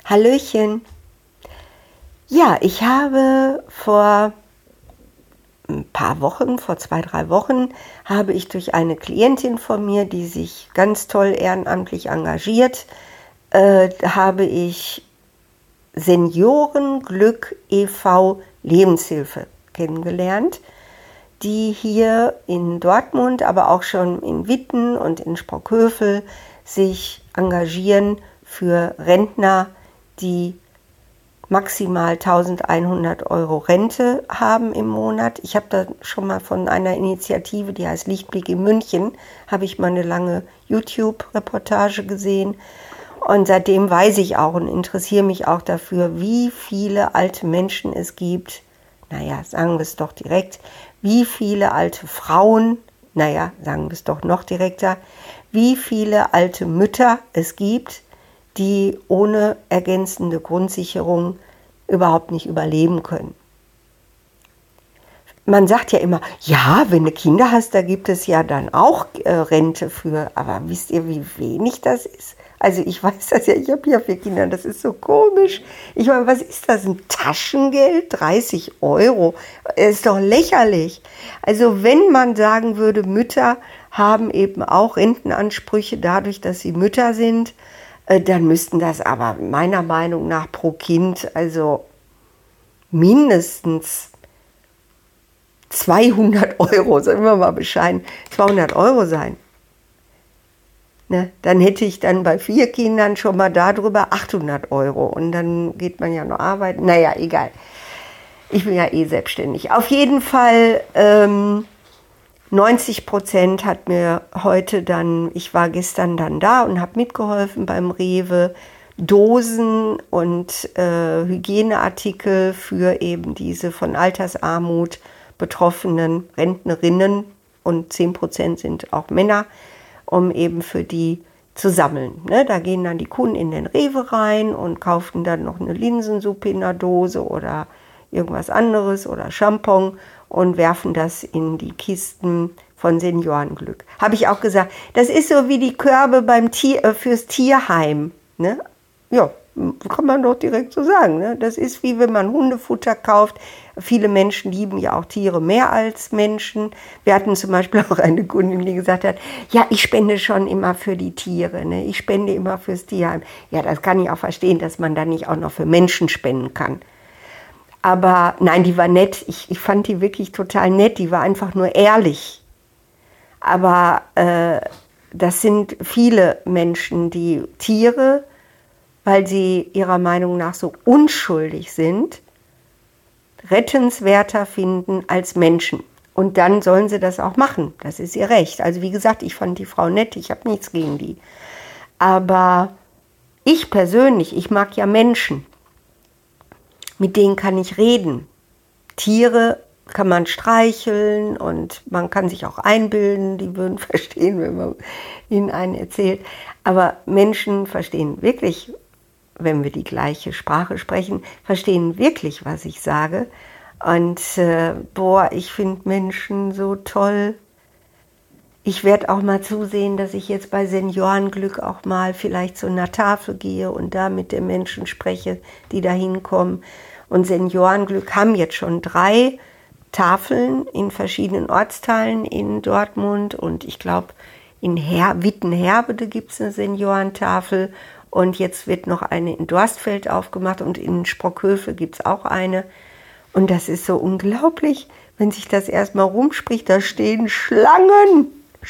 Hallöchen. Ja, ich habe vor ein paar Wochen, vor 2, 3 Wochen, habe ich durch eine Klientin von mir, die sich ganz toll ehrenamtlich engagiert, habe ich Seniorenglück e.V. Lebenshilfe kennengelernt, die hier in Dortmund, aber auch schon in Witten und in Sprockhövel sich engagieren für Rentner, die maximal 1.100 € Rente haben im Monat. Ich habe da schon mal von einer Initiative, die heißt Lichtblick in München, habe ich mal eine lange YouTube-Reportage gesehen. Und seitdem weiß ich auch und interessiere mich auch dafür, wie viele alte Menschen es gibt. Naja, sagen wir es doch direkt. Wie viele alte Frauen, naja, sagen wir es doch noch direkter. Wie viele alte Mütter es gibt, die ohne ergänzende Grundsicherung überhaupt nicht überleben können. Man sagt ja immer, ja, wenn du Kinder hast, da gibt es ja dann auch Rente für, aber wisst ihr, wie wenig das ist? Also ich weiß das ja, ich habe ja 4 Kinder, das ist so komisch. Ich meine, was ist das, ein Taschengeld? 30 €? Das ist doch lächerlich. Also wenn man sagen würde, Mütter haben eben auch Rentenansprüche dadurch, dass sie Mütter sind, dann müssten das aber meiner Meinung nach pro Kind also mindestens 200 €, sagen wir mal bescheiden, 200 € sein. Ne? Dann hätte ich dann bei 4 Kindern schon mal darüber 800 € und dann geht man ja noch arbeiten. Naja, egal. Ich bin ja eh selbstständig. Auf jeden Fall 90% hat mir heute dann, ich war gestern dann da und habe mitgeholfen beim Rewe, Dosen und Hygieneartikel für eben diese von Altersarmut betroffenen Rentnerinnen, und 10% sind auch Männer, um eben für die zu sammeln. Ne? Da gehen dann die Kunden in den Rewe rein und kaufen dann noch eine Linsensuppe in der Dose oder irgendwas anderes oder Shampoo und werfen das in die Kisten von Seniorenglück. Habe ich auch gesagt, das ist so wie die Körbe beim fürs Tierheim. Ne? Ja, kann man doch direkt so sagen. Ne? Das ist wie wenn man Hundefutter kauft. Viele Menschen lieben ja auch Tiere mehr als Menschen. Wir hatten zum Beispiel auch eine Kundin, die gesagt hat, ja, ich spende schon immer für die Tiere. Ne? Ich spende immer fürs Tierheim. Ja, das kann ich auch verstehen, dass man dann nicht auch noch für Menschen spenden kann. Aber nein, die war nett. Ich fand die wirklich total nett. Die war einfach nur ehrlich. Aber das sind viele Menschen, die Tiere, weil sie ihrer Meinung nach so unschuldig sind, rettenswerter finden als Menschen. Und dann sollen sie das auch machen. Das ist ihr Recht. Also wie gesagt, ich fand die Frau nett. Ich habe nichts gegen die. Aber ich persönlich, ich mag ja Menschen. Mit denen kann ich reden. Tiere kann man streicheln und man kann sich auch einbilden, die würden verstehen, wenn man ihnen einen erzählt. Aber Menschen verstehen wirklich, wenn wir die gleiche Sprache sprechen, verstehen wirklich, was ich sage. Und ich finde Menschen so toll. Ich werde auch mal zusehen, dass ich jetzt bei Seniorenglück auch mal vielleicht zu einer Tafel gehe und da mit den Menschen spreche, die da hinkommen. Und Seniorenglück haben jetzt schon 3 Tafeln in verschiedenen Ortsteilen in Dortmund. Und ich glaube, in Wittenherbede gibt es eine Seniorentafel. Und jetzt wird noch eine in Dorstfeld aufgemacht und in Sprockhövel gibt es auch eine. Und das ist so unglaublich, wenn sich das erstmal rumspricht, da stehen Schlangen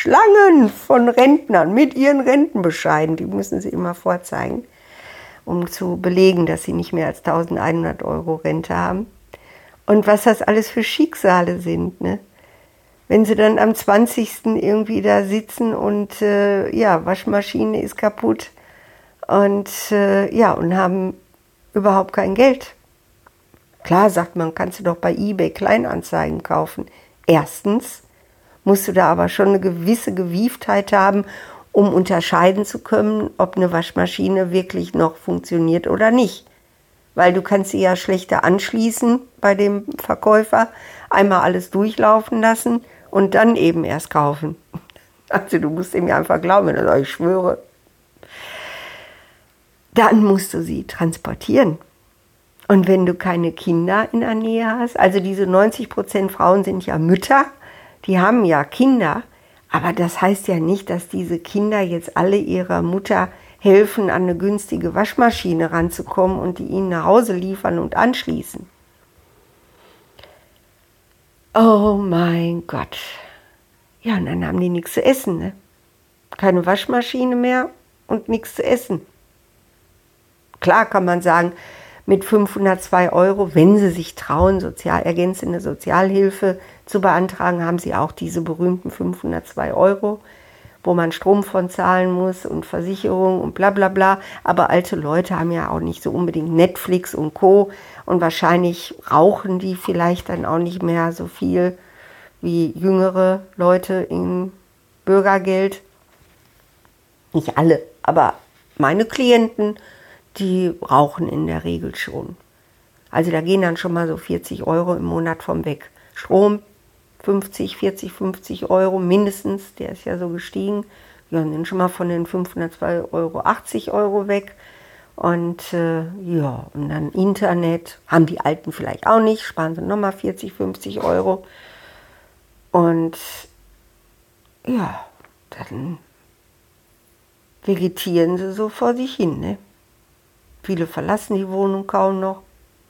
von Rentnern mit ihren Rentenbescheiden. Die müssen sie immer vorzeigen, um zu belegen, dass sie nicht mehr als 1.100 € Rente haben. Und was das alles für Schicksale sind, ne? Wenn sie dann am 20. irgendwie da sitzen und Waschmaschine ist kaputt und haben überhaupt kein Geld. Klar, sagt man, kannst du doch bei eBay Kleinanzeigen kaufen. Erstens musst du da aber schon eine gewisse Gewieftheit haben, um unterscheiden zu können, ob eine Waschmaschine wirklich noch funktioniert oder nicht. Weil du kannst sie ja schlechter anschließen bei dem Verkäufer, einmal alles durchlaufen lassen und dann eben erst kaufen. Also du musst ihm ja einfach glauben, also ich schwöre. dann musst du sie transportieren. Und wenn du keine Kinder in der Nähe hast, also diese 90% Frauen sind ja Mütter, die haben ja Kinder, aber das heißt ja nicht, dass diese Kinder jetzt alle ihrer Mutter helfen, an eine günstige Waschmaschine ranzukommen und die ihnen nach Hause liefern und anschließen. Oh mein Gott. Ja, und dann haben die nichts zu essen, ne? Keine Waschmaschine mehr und nichts zu essen. Klar kann man sagen, mit 502 €, wenn sie sich trauen, ergänzende Sozialhilfe zu beantragen, haben sie auch diese berühmten 502 €, wo man Strom von zahlen muss und Versicherung und bla bla bla. Aber alte Leute haben ja auch nicht so unbedingt Netflix und Co. Und wahrscheinlich rauchen die vielleicht dann auch nicht mehr so viel wie jüngere Leute in Bürgergeld. Nicht alle, aber meine Klienten, die rauchen in der Regel schon. Also da gehen dann schon mal so 40 € im Monat vom weg. Strom 50 € mindestens, der ist ja so gestiegen. Ja, dann schon mal von den 502 € 80 € weg. Und ja, und dann Internet haben die Alten vielleicht auch nicht, sparen sie nochmal 40, 50 €. Und ja, dann vegetieren sie so vor sich hin, ne? Viele verlassen die Wohnung kaum noch.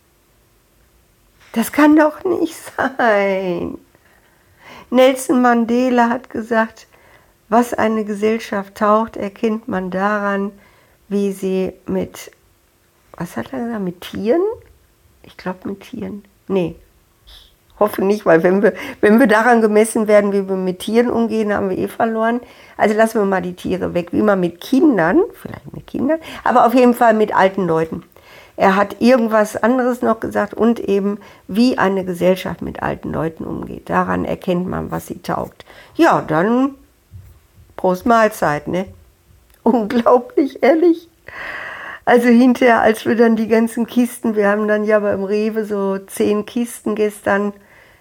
Das kann doch nicht sein. Nelson Mandela hat gesagt, was eine Gesellschaft taugt, erkennt man daran, wie sie mit, was hat er gesagt, mit Tieren? Ich glaube mit Tieren. Nee, ich hoffe nicht, weil wenn wir daran gemessen werden, wie wir mit Tieren umgehen, haben wir verloren. Also lassen wir mal die Tiere weg, wie man mit Kindern, vielleicht mit Kindern, aber auf jeden Fall mit alten Leuten. Er hat irgendwas anderes noch gesagt und eben, wie eine Gesellschaft mit alten Leuten umgeht. Daran erkennt man, was sie taugt. Ja, dann Prost Mahlzeit, ne? Unglaublich, ehrlich. Also hinterher, als wir dann die ganzen Kisten, wir haben dann ja beim Rewe so 10 Kisten gestern,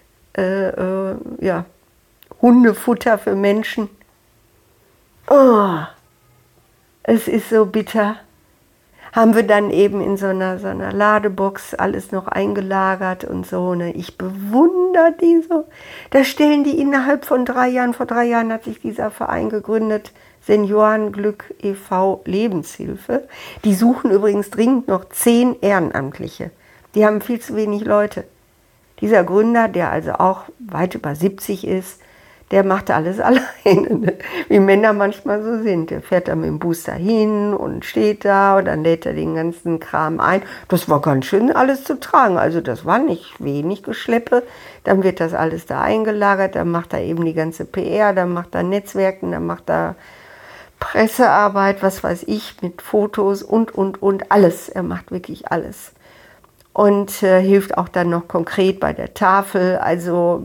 ja, Hundefutter für Menschen. Oh, es ist so bitter. Haben wir dann eben in so einer Ladebox alles noch eingelagert und so. Ne? Ich bewundere die so. Da stellen die innerhalb von 3 Jahren, vor 3 Jahren hat sich dieser Verein gegründet, Seniorenglück e.V. Lebenshilfe. Die suchen übrigens dringend noch 10 Ehrenamtliche. Die haben viel zu wenig Leute. Dieser Gründer, der also auch weit über 70 ist, der macht alles alleine, ne? Wie Männer manchmal so sind. Der fährt dann mit dem Bus dahin und steht da und dann lädt er den ganzen Kram ein. Das war ganz schön alles zu tragen, also das war nicht wenig Geschleppe. Dann wird das alles da eingelagert, dann macht er eben die ganze PR, dann macht er Netzwerken, dann macht er Pressearbeit, was weiß ich, mit Fotos und alles. Er macht wirklich alles. Und hilft auch dann noch konkret bei der Tafel, also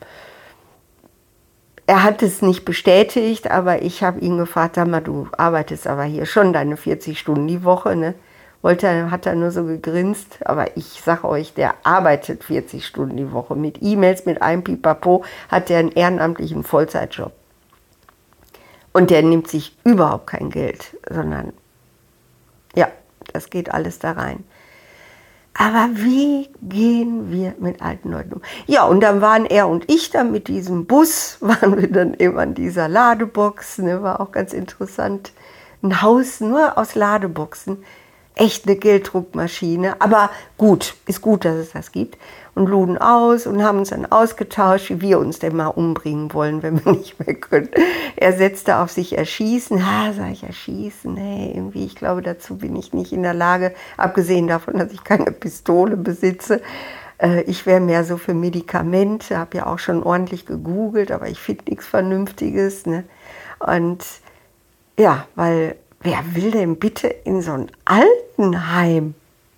er hat es nicht bestätigt, aber ich habe ihn gefragt, sag mal, du arbeitest aber hier schon deine 40 Stunden die Woche, ne? Hat er nur so gegrinst, aber ich sage euch, der arbeitet 40 Stunden die Woche. Mit E-Mails, mit einem Pipapo hat der einen ehrenamtlichen Vollzeitjob. Und der nimmt sich überhaupt kein Geld, sondern ja, das geht alles da rein. Aber wie gehen wir mit alten Leuten um? Ja, und dann waren er und ich dann mit diesem Bus, waren wir dann eben an dieser Ladebox, ne, war auch ganz interessant. Ein Haus nur aus Ladeboxen, echt eine Gelddruckmaschine, aber gut, ist gut, dass es das gibt. Und luden aus und haben uns dann ausgetauscht, wie wir uns denn mal umbringen wollen, wenn wir nicht mehr können. Er setzte auf sich erschießen. Sag ich, erschießen? Nee, irgendwie, ich glaube, dazu bin ich nicht in der Lage, abgesehen davon, dass ich keine Pistole besitze. Ich wäre mehr so für Medikamente, habe ja auch schon ordentlich gegoogelt, aber ich finde nichts Vernünftiges. Ne? Und ja, weil wer will denn bitte in so ein Altenheim?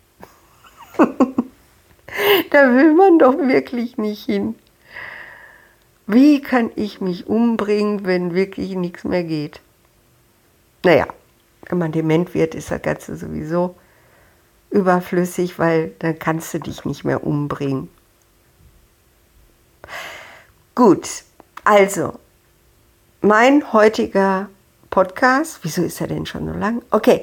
Da will man doch wirklich nicht hin. Wie kann ich mich umbringen, wenn wirklich nichts mehr geht? Naja, wenn man dement wird, ist das Ganze sowieso überflüssig, weil dann kannst du dich nicht mehr umbringen. Gut, also, mein heutiger Podcast, wieso ist er denn schon so lang? Okay,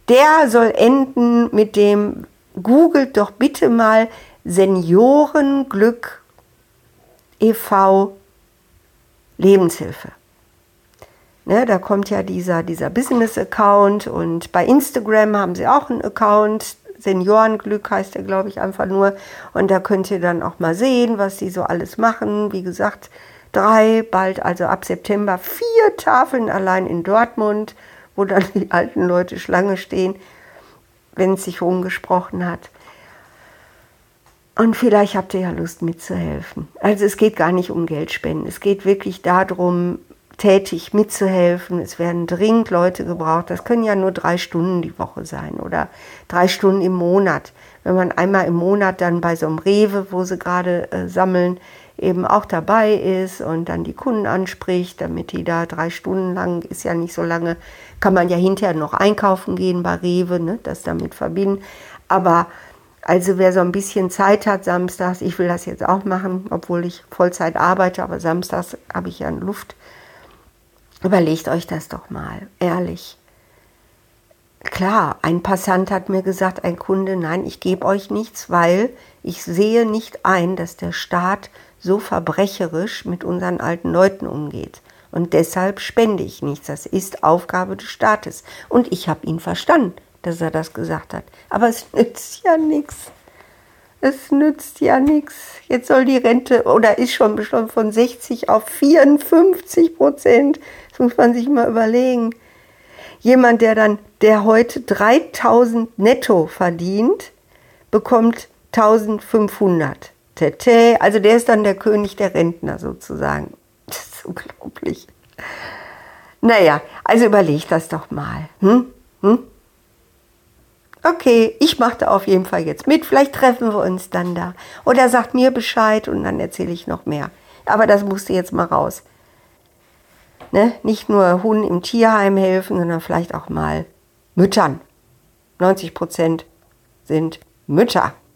Der soll enden mit dem, googelt doch bitte mal Seniorenglück e.V. Lebenshilfe. Ne, da kommt ja dieser Business-Account und bei Instagram haben sie auch einen Account, Seniorenglück heißt der, glaube ich, einfach nur. Und da könnt ihr dann auch mal sehen, was sie so alles machen. Wie gesagt, 3, bald also ab September 4 Tafeln allein in Dortmund, wo dann die alten Leute Schlange stehen, wenn es sich rumgesprochen hat. Und vielleicht habt ihr ja Lust mitzuhelfen. Also es geht gar nicht um Geldspenden. Es geht wirklich darum, tätig mitzuhelfen. Es werden dringend Leute gebraucht. Das können ja nur 3 Stunden die Woche sein oder 3 Stunden im Monat. Wenn man einmal im Monat dann bei so einem Rewe, wo sie gerade sammeln, eben auch dabei ist und dann die Kunden anspricht, damit die da 3 Stunden lang, ist ja nicht so lange, kann man ja hinterher noch einkaufen gehen bei Rewe, ne, das damit verbinden. Aber also wer so ein bisschen Zeit hat samstags, ich will das jetzt auch machen, obwohl ich Vollzeit arbeite, aber samstags habe ich ja Luft. Überlegt euch das doch mal, ehrlich. Klar, ein Passant hat mir gesagt, ein Kunde, nein, ich gebe euch nichts, weil ich sehe nicht ein, dass der Staat so verbrecherisch mit unseren alten Leuten umgeht. Und deshalb spende ich nichts. Das ist Aufgabe des Staates. Und ich habe ihn verstanden, dass er das gesagt hat. Aber es nützt ja nichts. Es nützt ja nichts. Jetzt soll die Rente, oder ist schon bestimmt von 60 auf 54%. Das muss man sich mal überlegen. Jemand, der heute 3.000 netto verdient, bekommt 1.500. Tete, also der ist dann der König der Rentner sozusagen. Das ist unglaublich. Naja, also überlegt das doch mal. Okay, ich mache da auf jeden Fall jetzt mit. Vielleicht treffen wir uns dann da. Oder sagt mir Bescheid und dann erzähle ich noch mehr. Aber das musste jetzt mal raus. Ne? Nicht nur Hunden im Tierheim helfen, sondern vielleicht auch mal Müttern. 90% sind Mütter.